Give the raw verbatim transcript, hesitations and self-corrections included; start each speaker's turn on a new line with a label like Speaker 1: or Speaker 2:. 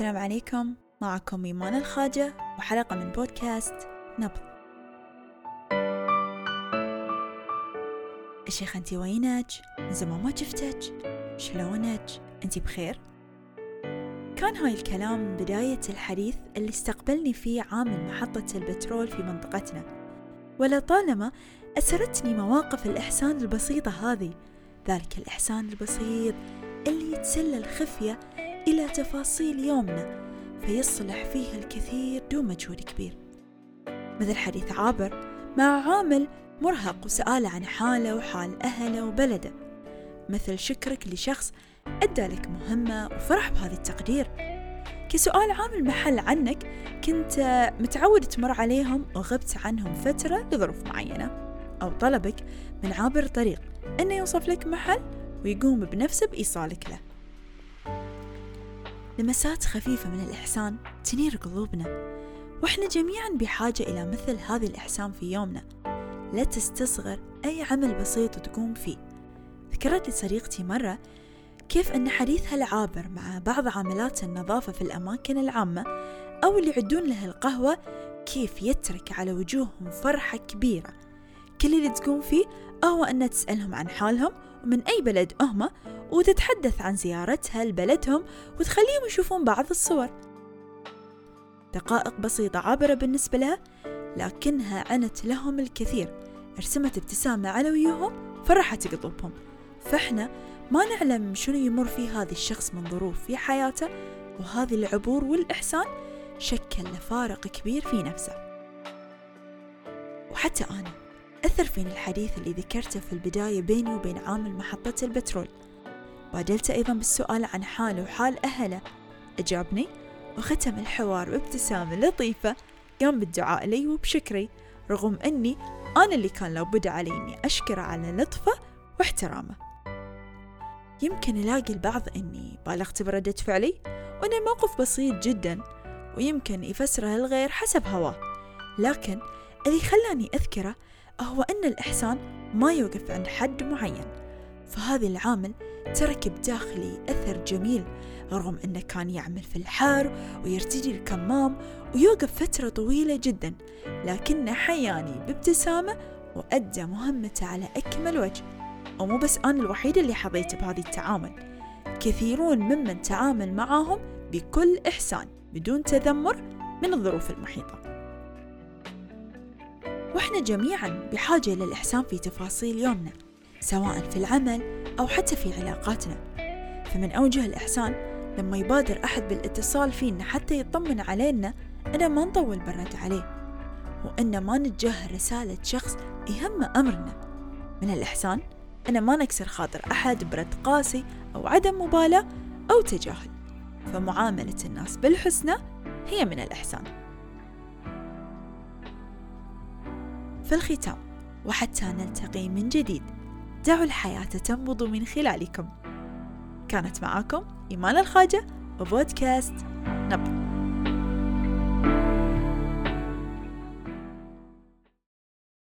Speaker 1: السلام عليكم، معكم إيمان الخاجة وحلقة من بودكاست نبض. الشيخ أنتي وينك؟ من زمان ما شفتك، شلونك؟ أنتي بخير؟ كان هاي الكلام من بداية الحديث اللي استقبلني فيه عامل محطة البترول في منطقتنا، ولطالما أسرتني مواقف الإحسان البسيطة هذه، ذلك الإحسان البسيط اللي يتسلل خفية إلى تفاصيل يومنا فيصلح فيها الكثير دون مجهود كبير، مثل حديث عابر مع عامل مرهق وسؤاله عن حاله وحال أهله وبلده، مثل شكرك لشخص أدى لك مهمة وفرح بهذا التقدير، كسؤال عامل محل عنك كنت متعود تمر عليهم وغبت عنهم فترة لظروف معينة، أو طلبك من عابر طريق أنه يوصف لك محل ويقوم بنفسه بإيصالك له. لمسات خفيفة من الإحسان تنير قلوبنا، وإحنا جميعا بحاجة إلى مثل هذا الإحسان في يومنا. لا تستصغر أي عمل بسيط تقوم فيه. ذكرت لي صديقتي مرة كيف أن حديثها العابر مع بعض عاملات النظافة في الأماكن العامة أو اللي يعدون لها القهوة كيف يترك على وجوههم فرحة كبيرة. كل اللي تقوم فيه هو أن تسألهم عن حالهم ومن أي بلد هم، وتتحدث عن زيارتها لبلدهم وتخليهم يشوفون بعض الصور. دقائق بسيطة عابرة بالنسبة لها، لكنها عنت لهم الكثير، ارسمت ابتسامة على وجوههم، فرحت قلوبهم. فإحنا ما نعلم شنو يمر فيه هذا الشخص من ظروف في حياته، وهذا العبور والإحسان شكل فارق كبير في نفسه. وحتى أنا أثر فيني الحديث اللي ذكرته في البداية بيني وبين عامل محطة البترول. بادلت أيضا بالسؤال عن حاله وحال أهله، أجابني وختم الحوار بابتسامة لطيفة، قام بالدعاء لي وبشكري، رغم أني أنا اللي كان لابد علي أني أشكره على لطفه واحترامه. يمكن يلاقي البعض أني بالغت بردة فعلي وأن الموقف بسيط جدا، ويمكن يفسره الغير حسب هواه، لكن اللي خلاني أذكره هو أن الإحسان ما يوقف عند حد معين. فهذا العامل ترك بداخلي أثر جميل، رغم أنه كان يعمل في الحر ويرتدي الكمام ويوقف فترة طويلة جدا، لكنه حياني بابتسامة وأدى مهمته على أكمل وجه. ومو بس أنا الوحيدة اللي حظيت بهذا التعامل، كثيرون ممن تعامل معهم بكل إحسان بدون تذمر من الظروف المحيطة. وإحنا جميعا بحاجة إلى الإحسان في تفاصيل يومنا، سواء في العمل أو حتى في علاقاتنا. فمن أوجه الإحسان لما يبادر أحد بالاتصال فينا حتى يطمن علينا أن ما نطول برد عليه، وأن ما نتجاهل رسالة شخص يهم أمرنا. من الإحسان أن ما نكسر خاطر أحد برد قاسي أو عدم مبالاة أو تجاهل. فمعاملة الناس بالحسنى هي من الإحسان. في الختام، وحتى نلتقي من جديد، دعوا الحياة تنبض من خلالكم. كانت معاكم إيمان الخاجة وبودكاست نبض.